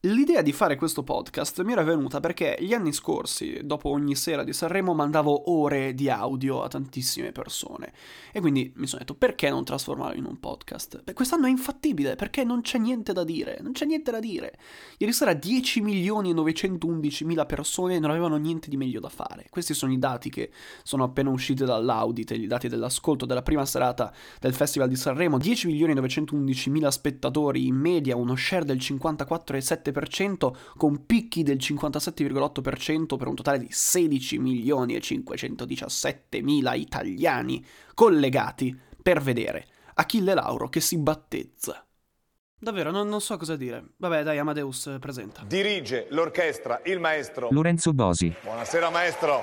L'idea di fare questo podcast mi era venuta perché gli anni scorsi, dopo ogni sera di Sanremo, mandavo ore di audio a tantissime persone. E quindi mi sono detto, perché non trasformarlo in un podcast? Beh, quest'anno è infattibile, perché non c'è niente da dire, non c'è niente da dire. Ieri sera 10.911.000 persone non avevano niente di meglio da fare. Questi sono i dati che sono appena usciti dall'audit, i dati dell'ascolto della prima serata del Festival di Sanremo. 10.911.000 spettatori in media, uno share del 54,7%, con picchi del 57,8% per un totale di 16.517.000 italiani collegati per vedere Achille Lauro che si battezza. Davvero, non so cosa dire. Vabbè, dai, Amadeus, presenta. Dirige l'orchestra il maestro Lorenzo Bosi. Buonasera maestro.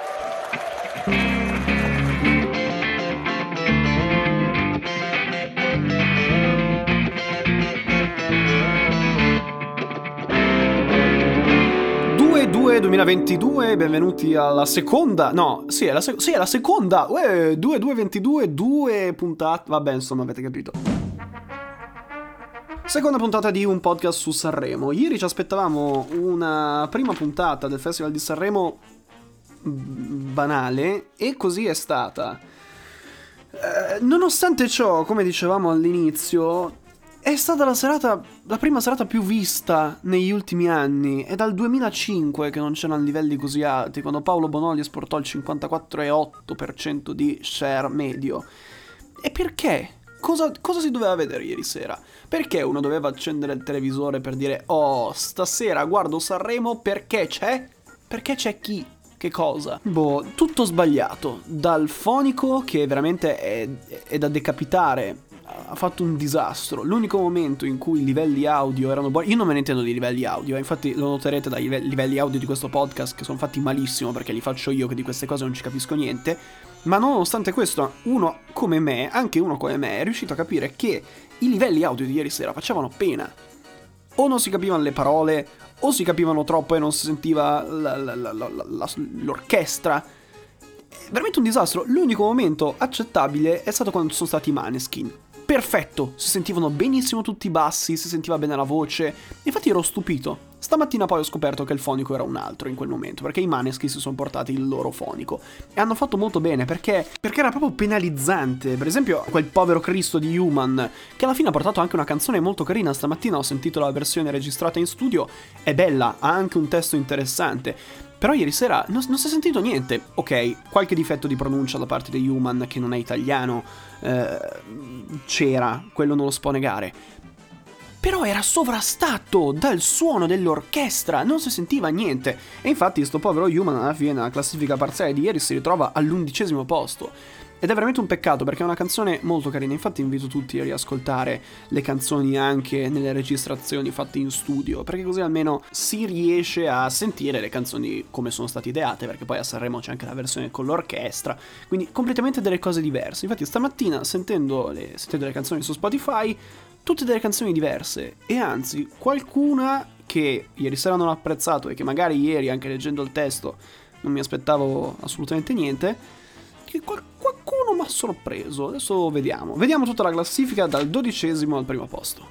Due 2022, benvenuti alla seconda, no, sì è la seconda, 2222, due puntate, vabbè insomma avete capito. Seconda puntata di un podcast su Sanremo. Ieri ci aspettavamo una prima puntata del Festival di Sanremo banale e così è stata. Nonostante ciò, come dicevamo all'inizio, è stata la prima serata più vista negli ultimi anni. È dal 2005 che non c'erano livelli così alti, quando Paolo Bonoli esportò il 54,8% di share medio. E perché? Cosa si doveva vedere ieri sera? Perché uno doveva accendere il televisore per dire "Oh, stasera guardo Sanremo perché c'è? Perché c'è chi? Che cosa?" Boh, tutto sbagliato. Dal fonico, che veramente è da decapitare, ha fatto un disastro. L'unico momento in cui i livelli audio erano buoni, io non me ne intendo di livelli audio, infatti lo noterete dai livelli audio di questo podcast che sono fatti malissimo perché li faccio io che di queste cose non ci capisco niente. Ma nonostante questo, anche uno come me è riuscito a capire che i livelli audio di ieri sera facevano pena. O non si capivano le parole, o si capivano troppo e non si sentiva l'orchestra. È veramente un disastro. L'unico momento accettabile è stato quando sono stati i Maneskin. Perfetto, si sentivano benissimo tutti i bassi, si sentiva bene la voce. Infatti ero stupito. Stamattina poi ho scoperto che il fonico era un altro in quel momento, perché i Maneskin si sono portati il loro fonico. E hanno fatto molto bene, perché era proprio penalizzante. Per esempio, quel povero Cristo di Human, che alla fine ha portato anche una canzone molto carina. Stamattina ho sentito la versione registrata in studio, è bella, ha anche un testo interessante. Però ieri sera non si è sentito niente. Ok, qualche difetto di pronuncia da parte di Human, che non è italiano, c'era, quello non lo si può negare. Però era sovrastato dal suono dell'orchestra, non si sentiva niente. E infatti sto povero Human alla fine nella classifica parziale di ieri si ritrova all'11° posto. Ed è veramente un peccato perché è una canzone molto carina. Infatti invito tutti a riascoltare le canzoni anche nelle registrazioni fatte in studio, perché così almeno si riesce a sentire le canzoni come sono state ideate, perché poi a Sanremo c'è anche la versione con l'orchestra, quindi completamente delle cose diverse. Infatti stamattina sentendo le canzoni su Spotify, tutte delle canzoni diverse, e anzi qualcuna che ieri sera non ho apprezzato e che magari ieri anche leggendo il testo non mi aspettavo assolutamente niente, che qualcuno mi ha sorpreso. Adesso vediamo tutta la classifica dal 12° al primo posto.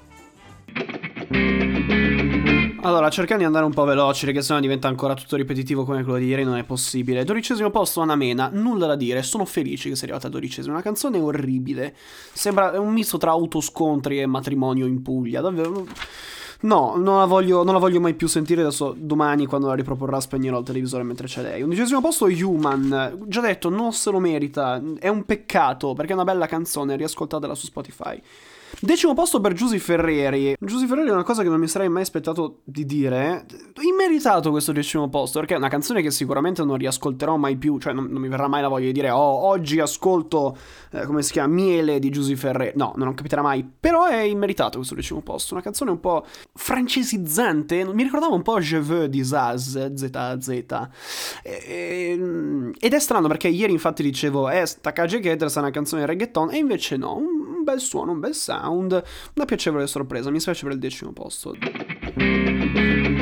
Allora, cerchiamo di andare un po' veloci, perché sennò diventa ancora tutto ripetitivo come quello di ieri, non è possibile. 12° posto, Anna Mena, nulla da dire, sono felice che sia arrivata al 12°, una canzone orribile, sembra un misto tra autoscontri e matrimonio in Puglia, davvero. No, non la voglio mai più sentire. Adesso domani quando la riproporrà spegnerò il televisore mentre c'è lei. 11° posto Human, già detto, non se lo merita, è un peccato perché è una bella canzone, riascoltatela su Spotify. 10° posto per Giusy Ferreri. Giusy Ferreri è una cosa che non mi sarei mai aspettato di dire. Immeritato questo 10° posto, perché è una canzone che sicuramente non riascolterò mai più. Cioè non mi verrà mai la voglia di dire oggi ascolto come si chiama, Miele di Giusy Ferreri. No, non capiterà mai. Però è immeritato questo 10° posto. Una canzone un po' francesizzante. Mi ricordava un po' Je veux di Zaz, ZZ. Ed è strano perché ieri infatti dicevo stacca Jagged, sarà una canzone reggaeton, e invece no, un bel suono, un bel sound, una piacevole sorpresa. Mi spiace per il 10° posto.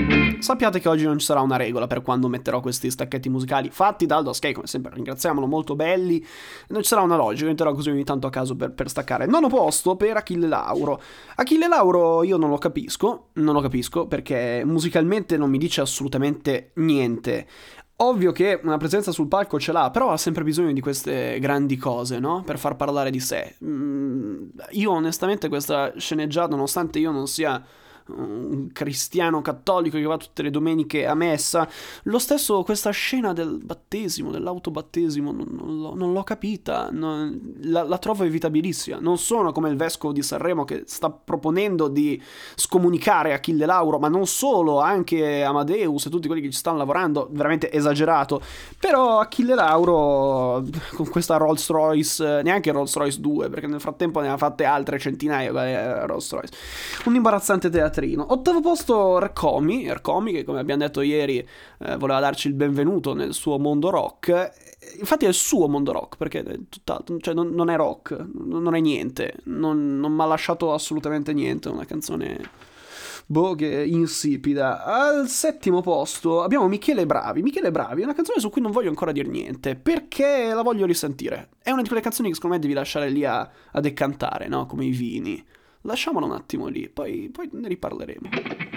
sappiate che oggi non ci sarà una regola per quando metterò questi stacchetti musicali fatti da Aldo Skate, come sempre ringraziamolo, molto belli. Non ci sarà una logica, metterò così ogni tanto a caso per staccare. Nono posto per Achille Lauro. Achille Lauro io non lo capisco perché musicalmente non mi dice assolutamente niente. Ovvio che una presenza sul palco ce l'ha, però ha sempre bisogno di queste grandi cose, no? Per far parlare di sé. Io onestamente questa sceneggiata, nonostante io non sia un cristiano cattolico che va tutte le domeniche a messa, lo stesso questa scena del battesimo, dell'autobattesimo, non l'ho capita, la trovo evitabilissima. Non sono come il vescovo di Sanremo che sta proponendo di scomunicare Achille Lauro, ma non solo, anche Amadeus e tutti quelli che ci stanno lavorando, veramente esagerato. Però Achille Lauro con questa Rolls Royce, neanche Rolls Royce 2, perché nel frattempo ne ha fatte altre centinaia Rolls Royce, un imbarazzante teatrino. Ottavo posto Rcomi, che come abbiamo detto ieri voleva darci il benvenuto nel suo mondo rock. Infatti è il suo mondo rock, perché è tutt'altro, cioè non è rock, non è niente, non mi ha lasciato assolutamente niente, una canzone che è insipida. Al settimo posto abbiamo Michele Bravi, è una canzone su cui non voglio ancora dire niente, perché la voglio risentire. È una di quelle canzoni che secondo me devi lasciare lì a decantare, no? Come i vini. Lasciamolo un attimo lì, poi ne riparleremo.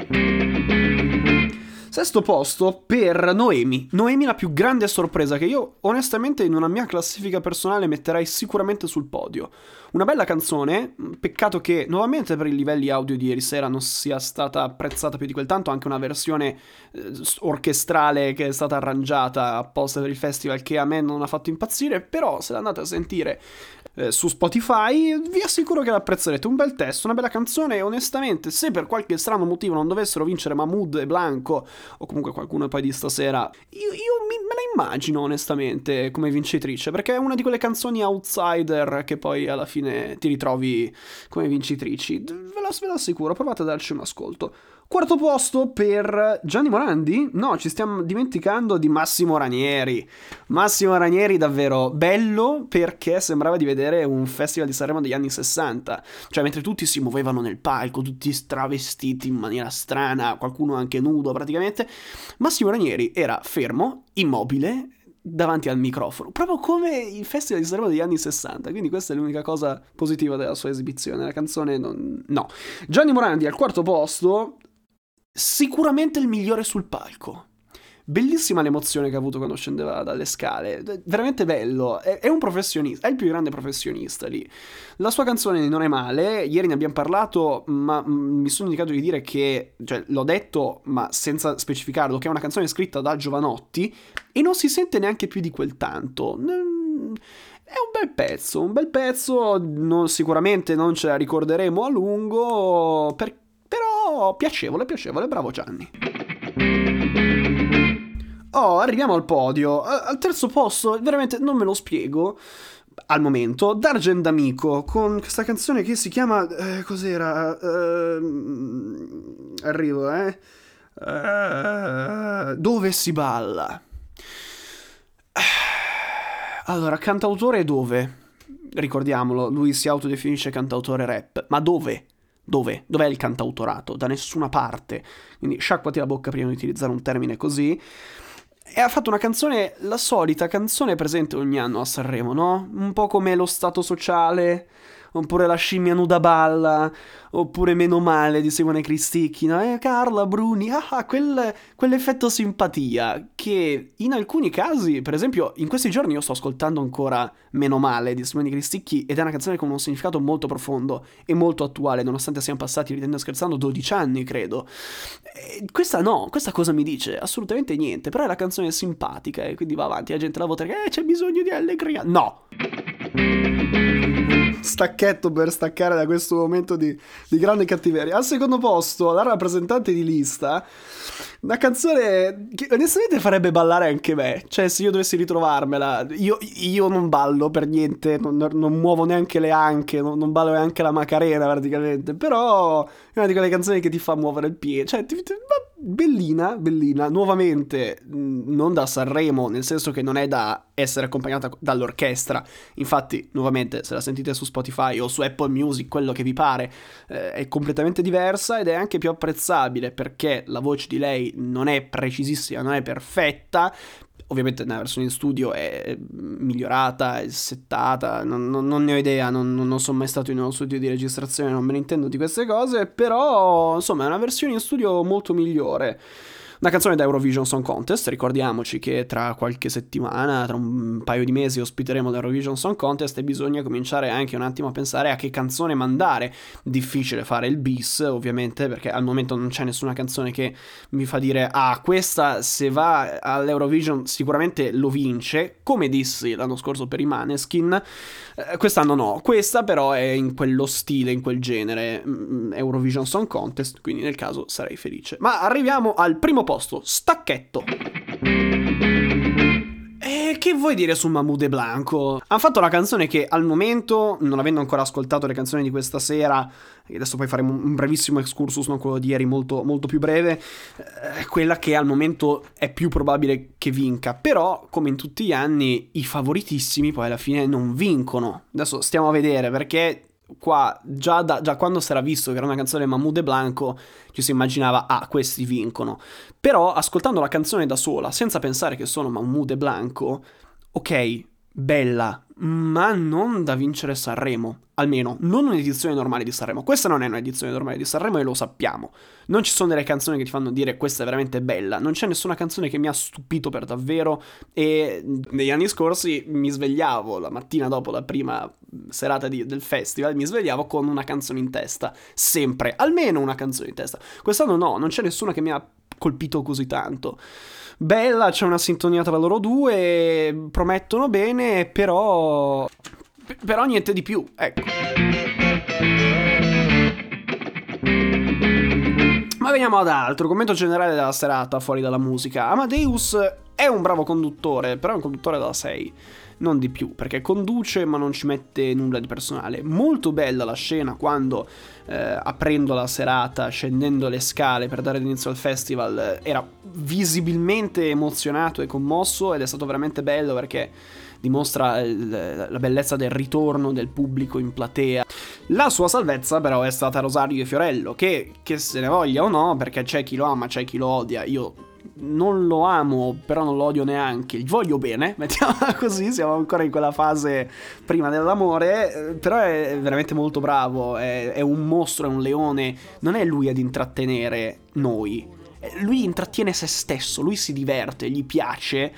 Sesto posto per Noemi, la più grande sorpresa che io onestamente in una mia classifica personale metterei sicuramente sul podio. Una bella canzone, peccato che nuovamente per i livelli audio di ieri sera non sia stata apprezzata più di quel tanto, anche una versione orchestrale che è stata arrangiata apposta per il festival che a me non ha fatto impazzire, però se l'andate a sentire su Spotify vi assicuro che l'apprezzerete. Un bel testo, una bella canzone e onestamente se per qualche strano motivo non dovessero vincere Mahmood e Blanco o comunque qualcuno poi di stasera, me la immagino onestamente come vincitrice, perché è una di quelle canzoni outsider che poi alla fine ti ritrovi come vincitrici. Ve lo assicuro, provate a darci un ascolto. Quarto posto per Gianni Morandi? No, ci stiamo dimenticando di Massimo Ranieri. Massimo Ranieri davvero bello perché sembrava di vedere un festival di Sanremo degli anni 60. Cioè mentre tutti si muovevano nel palco, tutti stravestiti in maniera strana, qualcuno anche nudo praticamente, Massimo Ranieri era fermo, immobile, davanti al microfono, proprio come il festival di Sanremo degli anni 60. Quindi questa è l'unica cosa positiva della sua esibizione. La canzone no. Gianni Morandi al quarto posto, sicuramente il migliore sul palco. Bellissima l'emozione che ha avuto quando scendeva dalle scale, veramente bello, è un professionista, è il più grande professionista lì. La sua canzone non è male, ieri ne abbiamo parlato, ma mi sono indicato di dire che, cioè l'ho detto ma senza specificarlo, che è una canzone scritta da Giovanotti e non si sente neanche più di quel tanto. È un bel pezzo, sicuramente non ce la ricorderemo a lungo, però piacevole, bravo Gianni. Oh, arriviamo al podio. Al terzo posto, veramente non me lo spiego al momento, D'Argent D'Amico con questa canzone che si chiama cos'era? Arrivo, Dove si balla. Allora, cantautore dove? Ricordiamolo, lui si autodefinisce cantautore rap, ma dove? Dov'è il cantautorato? Da nessuna parte. Quindi sciacquati la bocca prima di utilizzare un termine così. E ha fatto una canzone, la solita canzone presente ogni anno a Sanremo, no? Un po' come Lo Stato Sociale, oppure La scimmia nuda balla, oppure Meno male di Simone Cristicchi, no? Carla Bruni, quell'effetto simpatia che in alcuni casi, per esempio in questi giorni io sto ascoltando ancora Meno male di Simone Cristicchi ed è una canzone con un significato molto profondo e molto attuale, nonostante siamo passati, ridendo e scherzando, 12 anni credo. Questa cosa mi dice? Assolutamente niente, però è la canzone simpatica e quindi va avanti, la gente la vota perché c'è bisogno di allegria. No! Stacchetto per staccare da questo momento di grande cattiveria. Al secondo posto, la rappresentante di lista, una canzone che onestamente farebbe ballare anche me. Cioè, se io dovessi ritrovarmela, io non ballo per niente, non muovo neanche le anche, non ballo neanche la Macarena praticamente. Però è una di quelle canzoni che ti fa muovere il piede. Cioè, bellina, nuovamente non da Sanremo, nel senso che non è da essere accompagnata dall'orchestra, infatti nuovamente se la sentite su Spotify o su Apple Music, quello che vi pare, è completamente diversa ed è anche più apprezzabile perché la voce di lei non è precisissima, non è perfetta. Ovviamente nella versione in studio è migliorata, è settata, non ne ho idea, non sono mai stato in uno studio di registrazione, non me ne intendo di queste cose, però insomma è una versione in studio molto migliore. Una canzone da Eurovision Song Contest, ricordiamoci che tra qualche settimana, tra un paio di mesi ospiteremo l'Eurovision Song Contest e bisogna cominciare anche un attimo a pensare a che canzone mandare. Difficile fare il bis, ovviamente, perché al momento non c'è nessuna canzone che mi fa dire questa se va all'Eurovision sicuramente lo vince, come dissi l'anno scorso per i Maneskin. Quest'anno no, questa però è in quello stile, in quel genere, Eurovision Song Contest, quindi nel caso sarei felice. Ma arriviamo al primo posto, Stacchetto. E che vuoi dire su Mahmood e Blanco? Hanno fatto una canzone che al momento, non avendo ancora ascoltato le canzoni di questa sera, e adesso poi faremo un brevissimo excursus, non quello di ieri, molto, molto più breve, quella che al momento è più probabile che vinca. Però, come in tutti gli anni, i favoritissimi poi alla fine non vincono. Adesso stiamo a vedere, perché qua già quando si era visto che era una canzone Mahmood e Blanco ci si immaginava questi vincono. Però ascoltando la canzone da sola senza pensare che sono Mahmood e Blanco, ok, bella, ma non da vincere Sanremo, almeno non un'edizione normale di Sanremo. Questa non è un'edizione normale di Sanremo e lo sappiamo. Non ci sono delle canzoni che ti fanno dire questa è veramente bella, non c'è nessuna canzone che mi ha stupito per davvero. E negli anni scorsi mi svegliavo la mattina dopo la prima serata del festival, mi svegliavo con una canzone in testa, sempre, almeno una canzone in testa. Quest'anno no, non c'è nessuna che mi ha colpito così tanto. Bella, c'è una sintonia tra loro due, promettono bene, però niente di più, ecco. Ma veniamo ad altro, commento generale della serata fuori dalla musica. Amadeus è un bravo conduttore, però è un conduttore da 6, non di più, perché conduce ma non ci mette nulla di personale. Molto bella la scena quando aprendo la serata, scendendo le scale per dare l'inizio al festival, era visibilmente emozionato e commosso ed è stato veramente bello perché dimostra la bellezza del ritorno del pubblico in platea. La sua salvezza però è stata Rosario e Fiorello, che se ne voglia o no, perché c'è chi lo ama, c'è chi lo odia. Io non lo amo, però non lo odio neanche, gli voglio bene, mettiamola così, siamo ancora in quella fase prima dell'amore, però è veramente molto bravo, è un mostro, è un leone, non è lui ad intrattenere noi. Lui intrattiene se stesso, lui si diverte, gli piace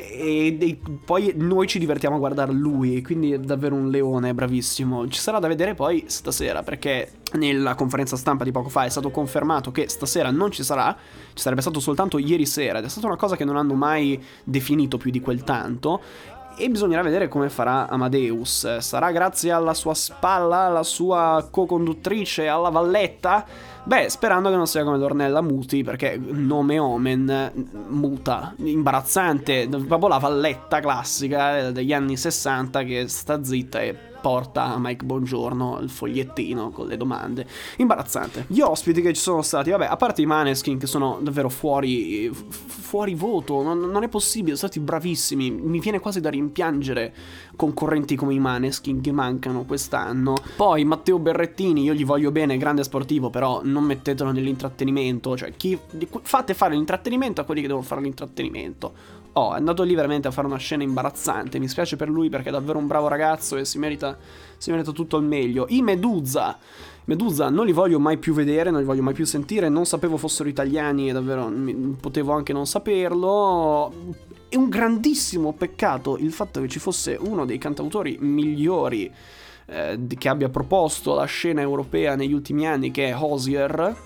e poi noi ci divertiamo a guardare lui, quindi è davvero un leone, bravissimo. Ci sarà da vedere poi stasera, perché nella conferenza stampa di poco fa è stato confermato che stasera non ci sarà, ci sarebbe stato soltanto ieri sera ed è stata una cosa che non hanno mai definito più di quel tanto. E bisognerà vedere come farà Amadeus. Sarà grazie alla sua spalla, alla sua co-conduttrice, alla valletta? Beh, sperando che non sia come Ornella Muti, perché nome omen, muta, imbarazzante, proprio la valletta classica degli anni 60 che sta zitta e porta a Mike Bongiorno il fogliettino con le domande. Imbarazzante. Gli ospiti che ci sono stati, vabbè, a parte i Maneskin che sono davvero fuori voto, non è possibile, sono stati bravissimi. Mi viene quasi da rimpiangere concorrenti come i Maneskin che mancano quest'anno. Poi Matteo Berrettini, io gli voglio bene, grande sportivo, però non mettetelo nell'intrattenimento, cioè fate fare l'intrattenimento a quelli che devono fare l'intrattenimento. È andato lì veramente a fare una scena imbarazzante. Mi spiace per lui perché è davvero un bravo ragazzo e si merita tutto il meglio. I Medusa non li voglio mai più vedere, non li voglio mai più sentire. Non sapevo fossero italiani e davvero potevo anche non saperlo. È un grandissimo peccato il fatto che ci fosse uno dei cantautori migliori che abbia proposto la scena europea negli ultimi anni, che è Hozier.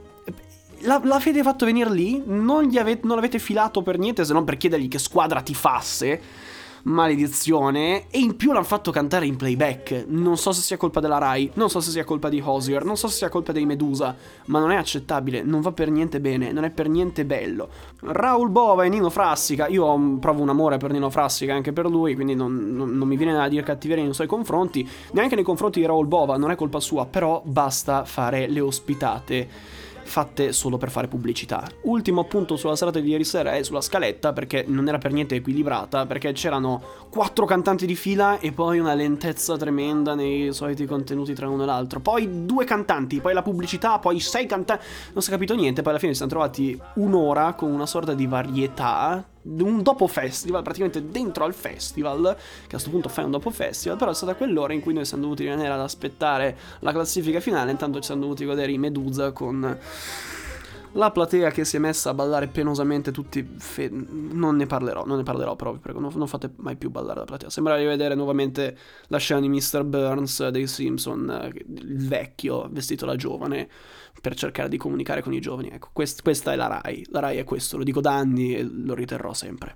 L'avete fatto venire lì? Non l'avete filato per niente, se non per chiedergli che squadra tifasse. Maledizione. E in più l'hanno fatto cantare in playback. Non so se sia colpa della Rai, non so se sia colpa di Hozier, non so se sia colpa dei Medusa, ma non è accettabile, non va per niente bene, non è per niente bello. Raul Bova e Nino Frassica, io provo un amore per Nino Frassica, anche per lui, quindi non mi viene da dire cattiveria nei suoi confronti, neanche nei confronti di Raul Bova, non è colpa sua, però basta fare le ospitate. fatte solo per fare pubblicità. Ultimo appunto sulla serata di ieri sera è sulla scaletta, perché non era per niente equilibrata, perché c'erano 4 cantanti di fila e poi una lentezza tremenda nei soliti contenuti tra uno e l'altro, poi 2 cantanti, poi la pubblicità, poi 6 cantanti, non si è capito niente. Poi alla fine si sono trovati un'ora con una sorta di varietà, un dopo festival, praticamente dentro al festival, che a questo punto fai un dopo festival, però è stata quell'ora in cui noi siamo dovuti rimanere ad aspettare la classifica finale, intanto ci siamo dovuti godere i Medusa con la platea che si è messa a ballare penosamente tutti. Non ne parlerò però, vi prego, non fate mai più ballare la platea. Sembra di vedere nuovamente la scena di Mr. Burns dei Simpson, il vecchio vestito da giovane per cercare di comunicare con i giovani. Ecco, questa è la Rai è questo, lo dico da anni e lo riterrò sempre.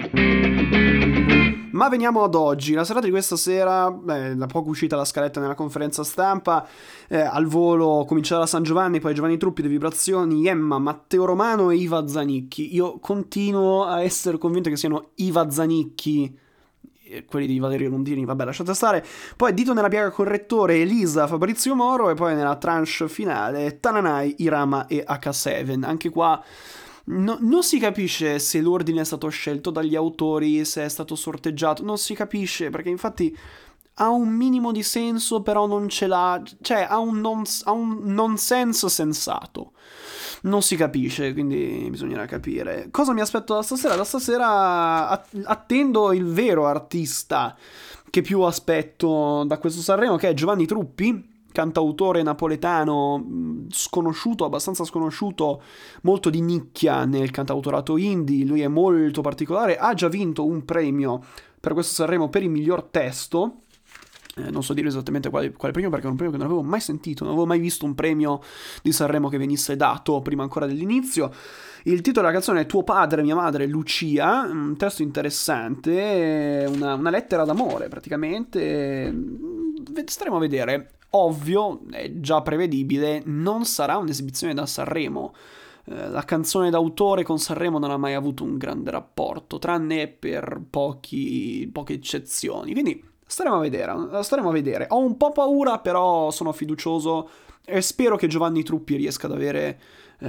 Ma veniamo ad oggi, la serata di questa sera, da poco uscita la scaletta nella conferenza stampa, al volo comincerà da San Giovanni, poi Giovanni Truppi, Le Vibrazioni, Emma, Matteo Romano e Iva Zanicchi. Io continuo a essere convinto che siano Iva Zanicchi, quelli di Valerio Londini, vabbè, lasciate stare. Poi Dito nella piaga correttore, Elisa, Fabrizio Moro, e poi nella tranche finale Tananai, Irama e H7. Anche qua non si capisce se l'ordine è stato scelto dagli autori, se è stato sorteggiato, non si capisce, perché infatti ha un minimo di senso, però non ce l'ha, cioè ha un non senso sensato. Non si capisce, quindi bisognerà capire. Cosa mi aspetto da stasera? Da stasera attendo il vero artista che più aspetto da questo Sanremo, che è Giovanni Truppi, cantautore napoletano sconosciuto, abbastanza sconosciuto, molto di nicchia nel cantautorato indie. Lui è molto particolare, ha già vinto un premio per questo Sanremo per il miglior testo. Non so dire esattamente quale premio, perché è un premio che non avevo mai sentito, non avevo mai visto un premio di Sanremo che venisse dato prima ancora dell'inizio. Il titolo della canzone è Tuo padre, mia madre, Lucia, un testo interessante, una lettera d'amore praticamente. Staremo a vedere. Ovvio, è già prevedibile, non sarà un'esibizione da Sanremo. La canzone d'autore con Sanremo non ha mai avuto un grande rapporto, tranne per poche eccezioni, quindi staremo a vedere. Ho un po' paura, però sono fiducioso e spero che Giovanni Truppi riesca ad avere,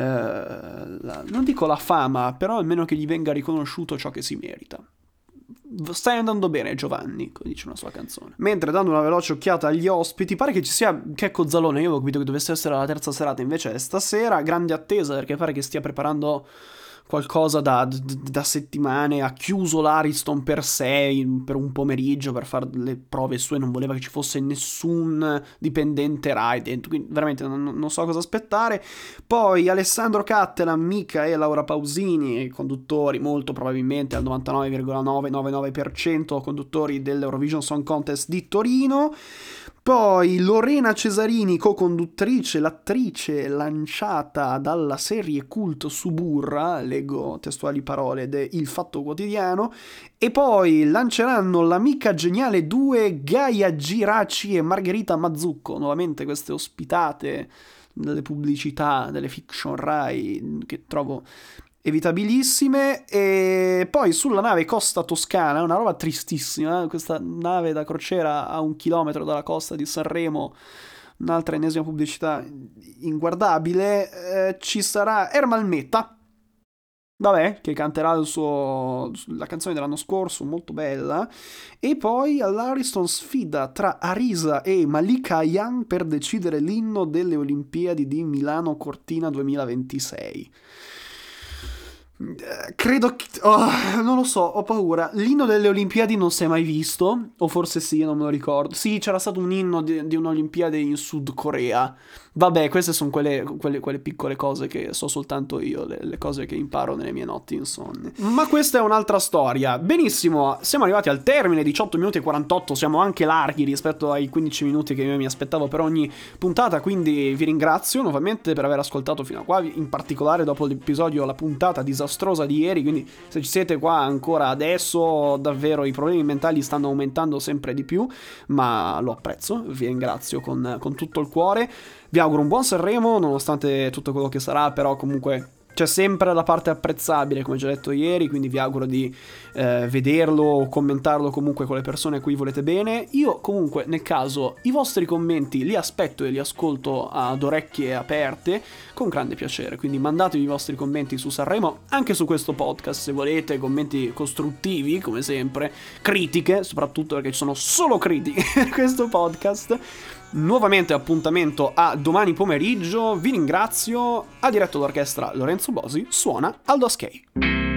non dico la fama, però almeno che gli venga riconosciuto ciò che si merita. Stai andando bene, Giovanni, come dice una sua canzone. Mentre, dando una veloce occhiata agli ospiti, pare che ci sia Checco Zalone. Io avevo capito che dovesse essere la terza serata, invece è stasera. Grande attesa, perché pare che stia preparando qualcosa da settimane. Ha chiuso l'Ariston per sé per un pomeriggio per fare le prove sue, non voleva che ci fosse nessun dipendente Rai dentro, quindi veramente non so cosa aspettare. Poi Alessandro Cattelan, Mica e Laura Pausini, conduttori molto probabilmente al 99,999% conduttori dell'Eurovision Song Contest di Torino. Poi Lorena Cesarini, co-conduttrice, l'attrice lanciata dalla serie cult Suburra, leggo testuali parole de Il Fatto Quotidiano. E poi lanceranno l'Amica Geniale 2, Gaia Giraci e Margherita Mazzucco, nuovamente queste ospitate delle pubblicità, delle fiction Rai, che trovo evitabilissime. E poi sulla nave Costa Toscana, una roba tristissima, questa nave da crociera a 1 chilometro dalla costa di Sanremo, un'altra ennesima pubblicità inguardabile. Ci sarà Ermal Meta, vabbè, che canterà la canzone dell'anno scorso, molto bella. E poi all'Ariston sfida tra Arisa e Malika Ayane per decidere l'inno delle Olimpiadi di Milano Cortina 2026. Credo che... non lo so, ho paura. L'inno delle Olimpiadi non si è mai visto, o forse sì, non me lo ricordo. Sì, c'era stato un inno di un'Olimpiade in Sud Corea. Vabbè, queste sono quelle piccole cose che so soltanto io, le cose che imparo nelle mie notti insonne. Ma questa è un'altra storia. Benissimo, siamo arrivati al termine, 18 minuti e 48, siamo anche larghi rispetto ai 15 minuti che io mi aspettavo per ogni puntata, quindi vi ringrazio nuovamente per aver ascoltato fino a qua, in particolare dopo l'episodio, la puntata disastrosa di ieri, quindi se ci siete qua ancora adesso, davvero i problemi mentali stanno aumentando sempre di più, ma lo apprezzo, vi ringrazio con tutto il cuore. Vi auguro un buon Sanremo, nonostante tutto quello che sarà, però comunque c'è sempre la parte apprezzabile, come già detto ieri, quindi vi auguro di vederlo o commentarlo comunque con le persone a cui volete bene. Io comunque, nel caso, i vostri commenti li aspetto e li ascolto ad orecchie aperte con grande piacere, quindi mandatevi i vostri commenti su Sanremo, anche su questo podcast se volete, commenti costruttivi come sempre, critiche soprattutto, perché ci sono solo critiche in questo podcast. Nuovamente appuntamento a domani pomeriggio, vi ringrazio. Ha diretto l'orchestra Lorenzo Bosi, suona Aldo Askey.